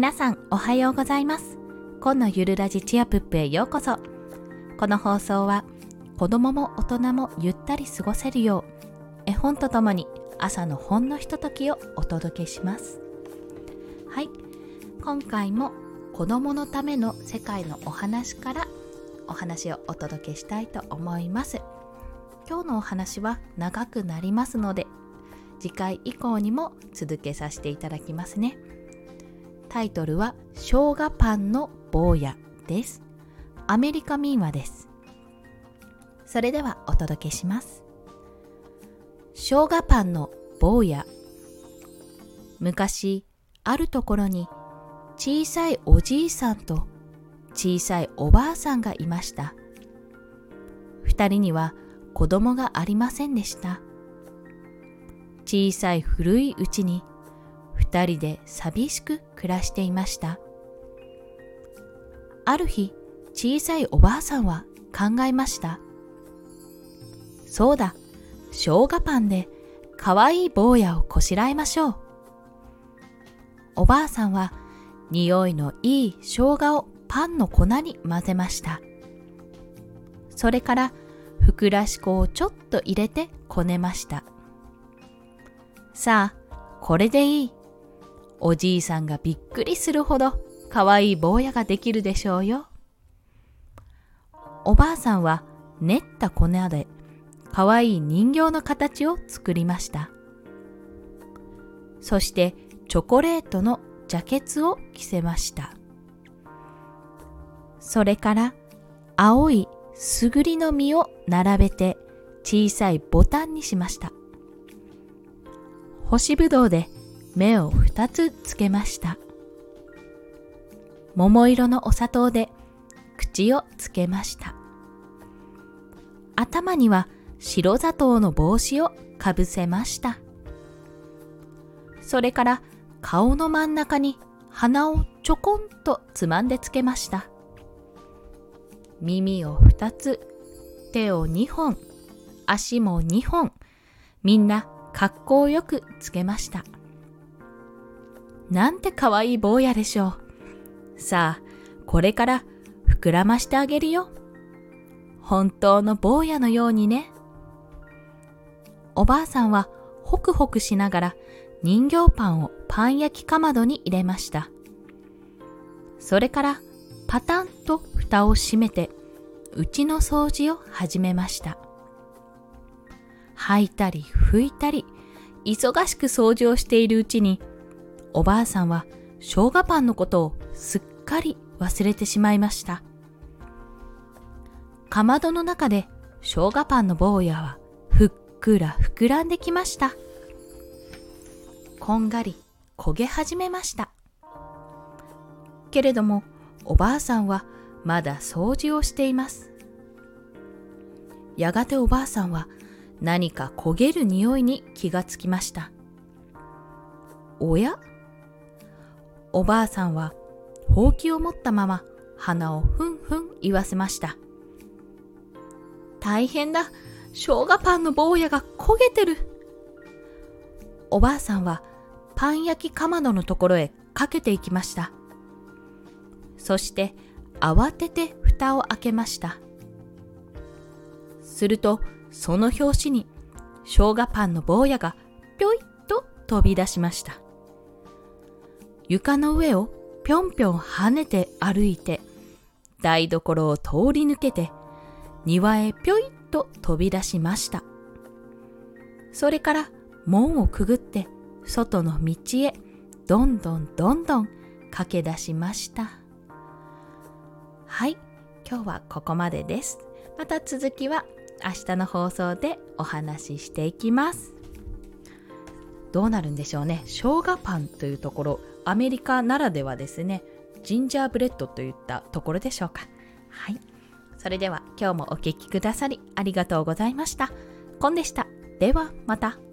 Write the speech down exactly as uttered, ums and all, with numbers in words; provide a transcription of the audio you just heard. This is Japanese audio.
皆さんおはようございます。今のゆるラジチアプップへようこそ。この放送は子供も大人もゆったり過ごせるよう絵本とともに朝のほんのひとときをお届けします。はい、今回も子供のための世界のお話からお話をお届けしたいと思います。今日のお話は長くなりますので次回以降にも続けさせていただきますね。タイトルは生姜パンの坊やです。アメリカ民話です。それではお届けします。生姜パンの坊や。昔あるところに小さいおじいさんと小さいおばあさんがいました。二人には子供がありませんでした。小さい古いうちに二人で寂しく暮らしていました。ある日、小さいおばあさんは考えました。そうだ、生姜パンでかわいい坊やをこしらえましょう。おばあさんは匂いのいい生姜をパンの粉に混ぜました。それからふくらし粉をちょっと入れてこねました。さあ、これでいい。おじいさんがびっくりするほどかわいい坊やができるでしょうよ。おばあさんは練った粉でかわいい人形の形を作りました。そしてチョコレートのジャケツを着せました。それから青いすぐりの実を並べて小さいボタンにしました。干しぶどうで目を二つつけました。桃色のお砂糖で口をつけました。頭には白砂糖の帽子をかぶせました。それから顔の真ん中に鼻をちょこんとつまんでつけました。耳を二つ、手を二本、足も二本、みんな格好よくつけました。なんてかわいい坊やでしょう。さあ、これから膨らましてあげるよ。本当の坊やのようにね。おばあさんはホクホクしながら人形パンをパン焼きかまどに入れました。それからパタンと蓋を閉めてうちの掃除を始めました。吐いたり拭いたり忙しく掃除をしているうちにおばあさんは生姜パンのことをすっかり忘れてしまいました。かまどの中で生姜パンの坊やはふっくら膨らんできました。こんがり焦げ始めました。けれどもおばあさんはまだ掃除をしています。やがておばあさんは何か焦げる匂いに気がつきました。おや？おばあさんはほうきを持ったまま鼻をふんふん言わせました。大変だ、生姜パンの坊やが焦げてる。おばあさんはパン焼きかまどのところへかけていきました。そして慌てて蓋を開けました。するとその拍子に生姜パンの坊やがぴょいっと飛び出しました。床の上をぴょんぴょん跳ねて歩いて台所を通り抜けて庭へぴょいっと飛び出しました。それから門をくぐって外の道へどんどんどんどん駆け出しました。はい、今日はここまでです。また続きは明日の放送でお話ししていきます。どうなるんでしょうね。生姜パンというところ、アメリカならではですね。ジンジャーブレッドといったところでしょうか。はい。それでは今日もお聞きくださりありがとうございました。コンでした。ではまた。